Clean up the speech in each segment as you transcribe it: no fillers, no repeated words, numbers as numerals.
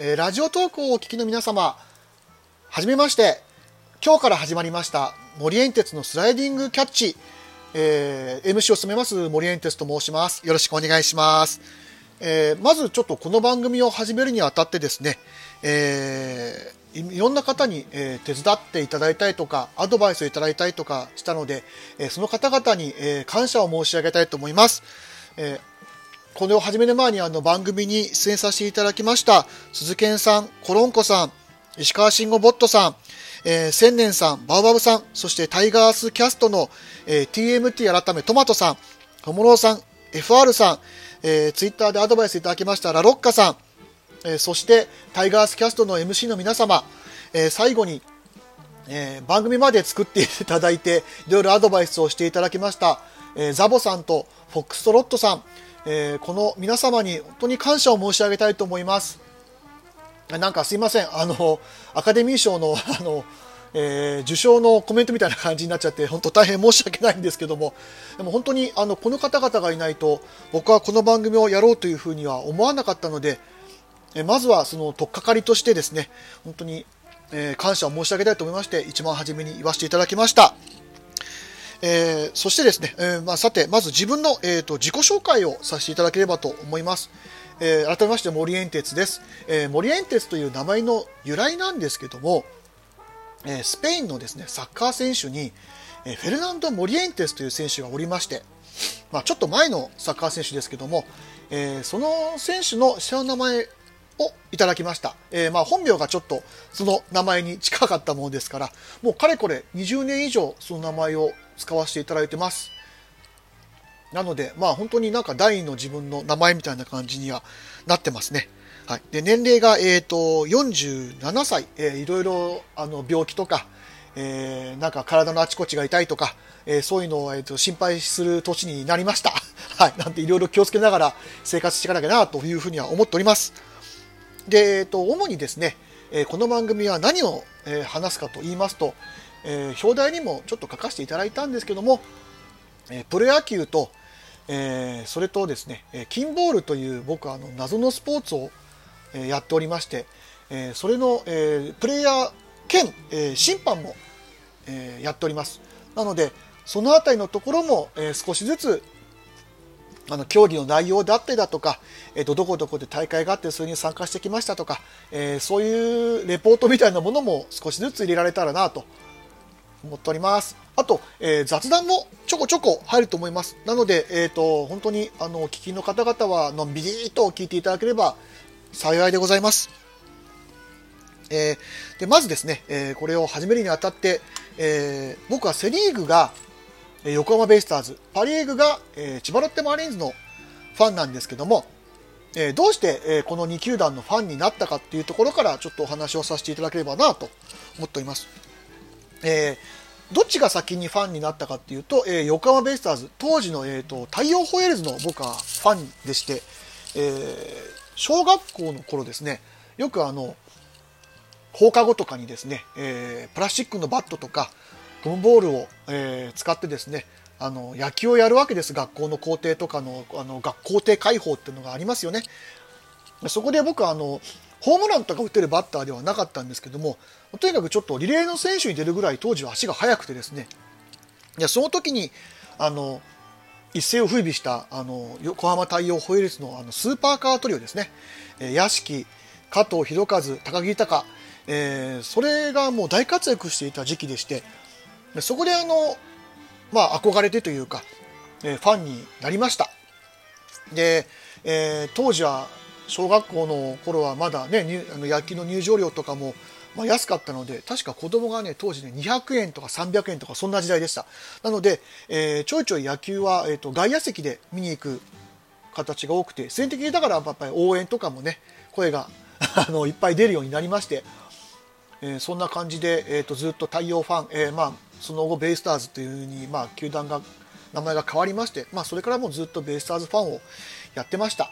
ラジオトークをお聞きの皆様、はじめまして。今日から始まりました森エンテツのスライディングキャッチ、MC を務めます森エンテツと申します。よろしくお願いします。まずちょっとこの番組を始めるにあたってですね、いろんな方に、手伝っていただいたりとかアドバイスをいただいたりとかしたので、その方々に、感謝を申し上げたいと思います。これを始める前に番組に出演させていただきました鈴賢さん、コロンコさん、石川慎吾ボットさん、千年さん、バウバブさん、そしてタイガースキャストの、TMT 改めトマトさん、トモローさん、FR さん、ツイッターでアドバイスいただきましたラロッカさん、そしてタイガースキャストの MC の皆様、最後に、番組まで作っていただいていろいろアドバイスをしていただきました、ザボさんとフォックストロットさん、この皆様に本当に感謝を申し上げたいと思います。なんかすいません、アカデミー賞の、受賞のコメントみたいな感じになっちゃって本当大変申し訳ないんですけども、でも本当にこの方々がいないと僕はこの番組をやろうというふうには思わなかったので、まずはその取っかかりとしてですね、本当に、感謝を申し上げたいと思いまして一番初めに言わせていただきました。そしてですね、さてまず自分の、自己紹介をさせていただければと思います。改めまして森エンテツです。森エンテツという名前の由来なんですけども、スペインのですねサッカー選手に、フェルナンド・モリエンテスという選手がおりまして、ちょっと前のサッカー選手ですけども、その選手の下の名前をいただきました。本名がちょっとその名前に近かったものですから、もうかれこれ20年以上その名前を使わせていただいてます。なので本当になんか第二の自分の名前みたいな感じにはなってますね。はい、で年齢が、47歳、いろいろ病気とか、なんか体のあちこちが痛いとか、そういうのを、心配する年になりました。はい、なんていろいろ気をつけながら生活していかなきゃなというふうには思っております。で、主にですね、この番組は何を、話すかと言いますと、表題にもちょっと書かせていただいたんですけども、プロ野球と、それとですねキンボールという僕は謎のスポーツを、やっておりまして、それの、プレイヤー兼、審判も、やっております。なのでそのあたりのところも、少しずつ競技の内容であったりだとか、どこどこで大会があってそれに参加してきましたとか、そういうレポートみたいなものも少しずつ入れられたらなと思っております。あと、雑談もちょこちょこ入ると思います。なので、本当にお聞きの方々はのんびりと聞いていただければ幸いでございます。でまずですね、これを始めるにあたって、僕はセリーグが横浜ベイスターズ、パリーグが千葉ロッテマリーンズのファンなんですけども、どうして、この2球団のファンになったかっていうところからちょっとお話をさせていただければなと思っております。どっちが先にファンになったかっていうと、横浜ベイスターズ、当時の、太陽ホエールズの僕はファンでして、小学校の頃ですね、よく放課後とかにですね、プラスチックのバットとかゴムボールを、使ってですね、野球をやるわけです。学校の校庭とかの、学校庭開放っていうのがありますよね。そこで僕はホームランとか打てるバッターではなかったんですけども、とにかくちょっとリレーの選手に出るぐらい当時は足が速くてですね、その時に一世を風靡した横浜太陽ホエールズのスーパーカートリオですね、屋敷、加藤博一、高木豊、それがもう大活躍していた時期でして、そこで憧れてというか、ファンになりました。で、当時は小学校の頃はまだね、野球の入場料とかも安かったので、確か子供がね当時ね200円とか300円とかそんな時代でした。なので、ちょいちょい野球は、外野席で見に行く形が多くて、自然的にだからやっぱり応援とかもね声がいっぱい出るようになりまして、そんな感じで、ずっと太陽ファン、その後ベイスターズというふうに、球団が名前が変わりまして、それからもずっとベイスターズファンをやってました。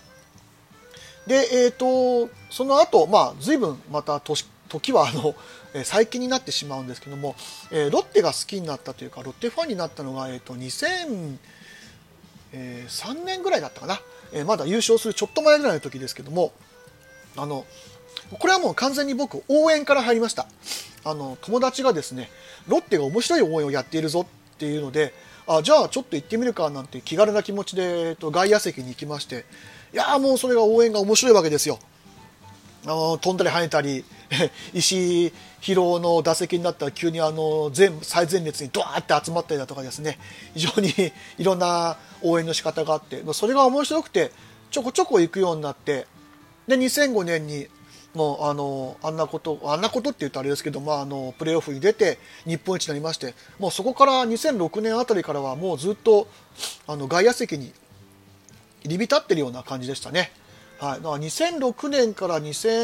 で、その後、随分また時は最近になってしまうんですけども、ロッテが好きになったというかロッテファンになったのが、2003年ぐらいだったかな、まだ優勝するちょっと前ぐらいの時ですけども、 これはもう完全に僕応援から入りました。友達がですね、ロッテが面白い応援をやっているぞっていうので、じゃあちょっと行ってみるかなんて気軽な気持ちで、外野席に行きまして、いやーもうそれが応援が面白いわけですよ。飛んだり跳ねたり石井宏の打席になったら急に最前列にドワーって集まったりだとかですね、非常にいろんな応援の仕方があって、それが面白くてちょこちょこ行くようになって、で2005年にもうあんなことって言うとあれですけど、プレーオフに出て日本一になりまして、もうそこから2006年あたりからはもうずっと外野席に入り浸ってるような感じでしたね。はい、だから2006年から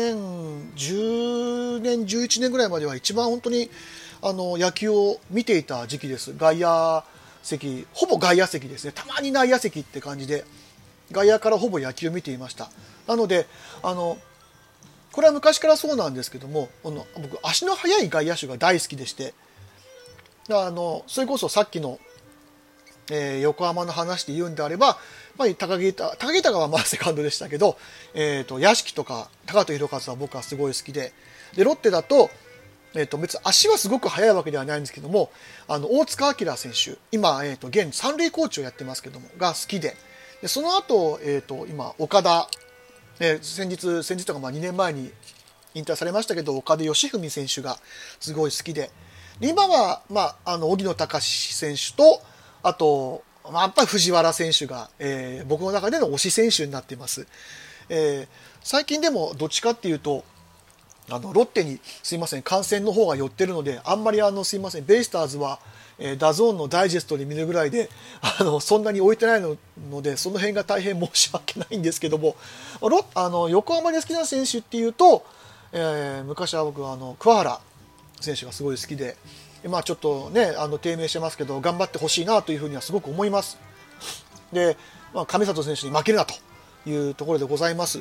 2010年11年ぐらいまでは一番本当に野球を見ていた時期です。外野席、ほぼ外野席ですね。たまに内野席って感じで外野からほぼ野球を見ていました。なのでこれは昔からそうなんですけども、僕足の速い外野手が大好きでして、それこそさっきの、横浜の話で言うんであれば、高木隆はセカンドでしたけど、屋敷とか高戸宏和は僕はすごい好きで、ロッテだと、別に足はすごく速いわけではないんですけども、大塚明選手、今、現三塁コーチをやってますけどもが好きで、その後、今岡田、先日とか2年前に引退されましたけど、岡田義文選手がすごい好きで、今は、荻野貴司選手と、あと、やっぱり藤原選手が、僕の中での推し選手になっています。最近でもどっちかっていうと、ロッテにすいません観戦の方が寄ってるので、あんまりすいませんベイスターズは、ダゾーンのダイジェストで見るぐらいでそんなに置いてないので、その辺が大変申し訳ないんですけども、横浜で好きな選手っていうと、昔は僕桑原選手がすごい好きで、ちょっとね低迷してますけど頑張ってほしいなというふうにはすごく思います。で、上里選手に負けるなというところでございます。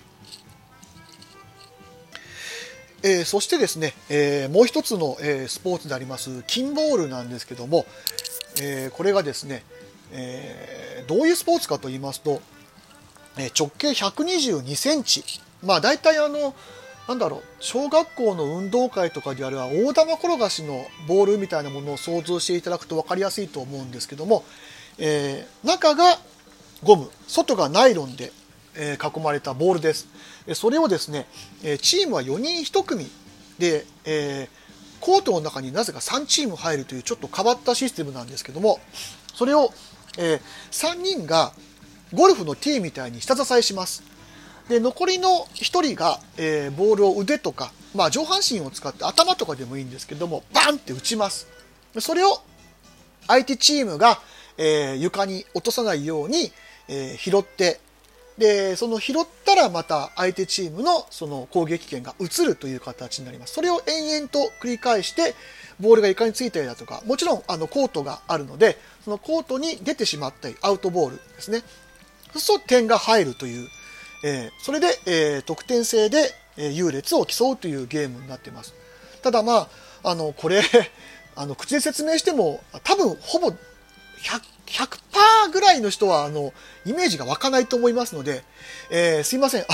そしてですね、もう一つの、スポーツでありますキンボールなんですけども、これがですね、どういうスポーツかと言いますと、直径122センチ、だいたい小学校の運動会とかであれば大玉転がしのボールみたいなものを想像していただくと分かりやすいと思うんですけども、中がゴム、外がナイロンで囲まれたボールです。それをですね、チームは4人1組で、コートの中になぜか3チーム入るというちょっと変わったシステムなんですけども、それを、3人がゴルフのティーみたいに下支えします。で残りの1人が、ボールを腕とか、上半身を使って頭とかでもいいんですけどもバンって打ちます。それを相手チームが、床に落とさないように、拾って、でその拾ったらまた相手チームのその攻撃権が移るという形になります。それを延々と繰り返してボールが床についたりだとか、もちろんコートがあるのでそのコートに出てしまったりアウトボールですね、そうすると点が入るという、それで、得点制で、優劣を競うというゲームになっています。ただこれ口で説明しても多分ほぼ 100% ぐらいの人はイメージが湧かないと思いますので、すいません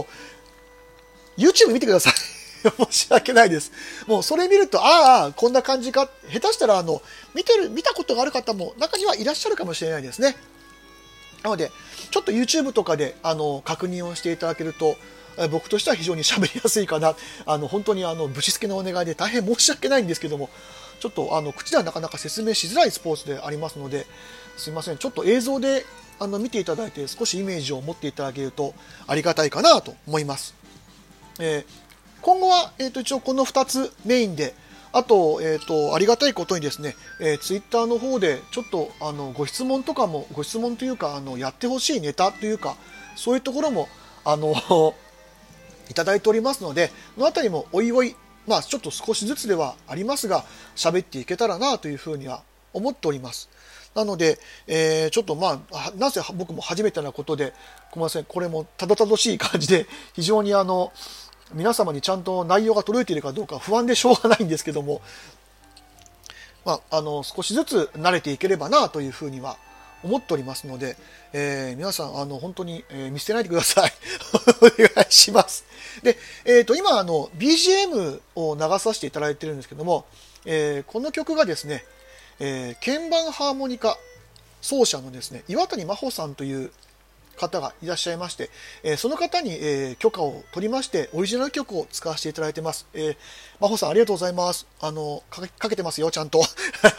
YouTube 見てください申し訳ないです。もうそれ見るとこんな感じか、下手したら見たことがある方も中にはいらっしゃるかもしれないですね。なのでちょっと YouTube とかで確認をしていただけると僕としては非常に喋りやすいかな。本当にぶしつけのお願いで大変申し訳ないんですけども、ちょっと口ではなかなか説明しづらいスポーツでありますので、すいません、ちょっと映像で見ていただいて少しイメージを持っていただけるとありがたいかなと思います。今後は、一応この2つメインで、あと、ありがたいことにですね、Twitter の方でちょっとご質問というかやってほしいネタというかそういうところもいただいておりますので、そのあたりもおいおいちょっと少しずつではありますが喋っていけたらなというふうには思っております。なので、ちょっとなぜ僕も初めてなことでごめんなさい、これもたどたどしい感じで非常に皆様にちゃんと内容が届いているかどうか不安でしょうがないんですけども、少しずつ慣れていければなというふうには思っておりますので、皆さん本当に、見捨てないでください。お願いします。で、今BGM を流させていただいてるんですけども、この曲がですね、鍵盤ハーモニカ奏者のですね、岩谷真帆さんという方がいらっしゃいまして、その方に、許可を取りましてオリジナル曲を使わせていただいてます。真帆さんありがとうございます。かけてますよちゃんと。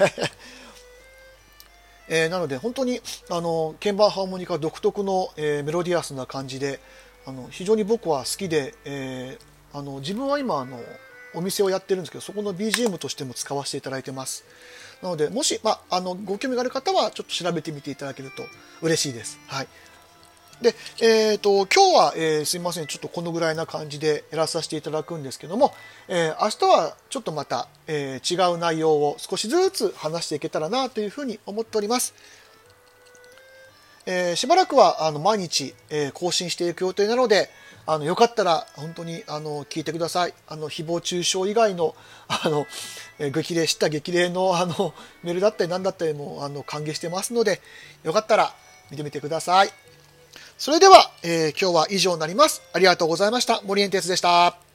なので本当に鍵盤ハーモニカ独特の、メロディアスな感じで非常に僕は好きで、自分は今お店をやってるんですけど、そこの BGM としても使わせていただいてます。なのでもし、ご興味がある方はちょっと調べてみていただけると嬉しいです。はい。で、今日は、すいません、ちょっとこのぐらいな感じでやらさせていただくんですけども、明日はちょっとまた、違う内容を少しずつ話していけたらなというふうに思っております。しばらくは毎日、更新していく予定なので、よかったら本当に聞いてください。誹謗中傷以外の激励した激励のメールだったり何だったりも歓迎してますので、よかったら見てみてください。それでは、今日は以上になります。ありがとうございました。森エンテツでした。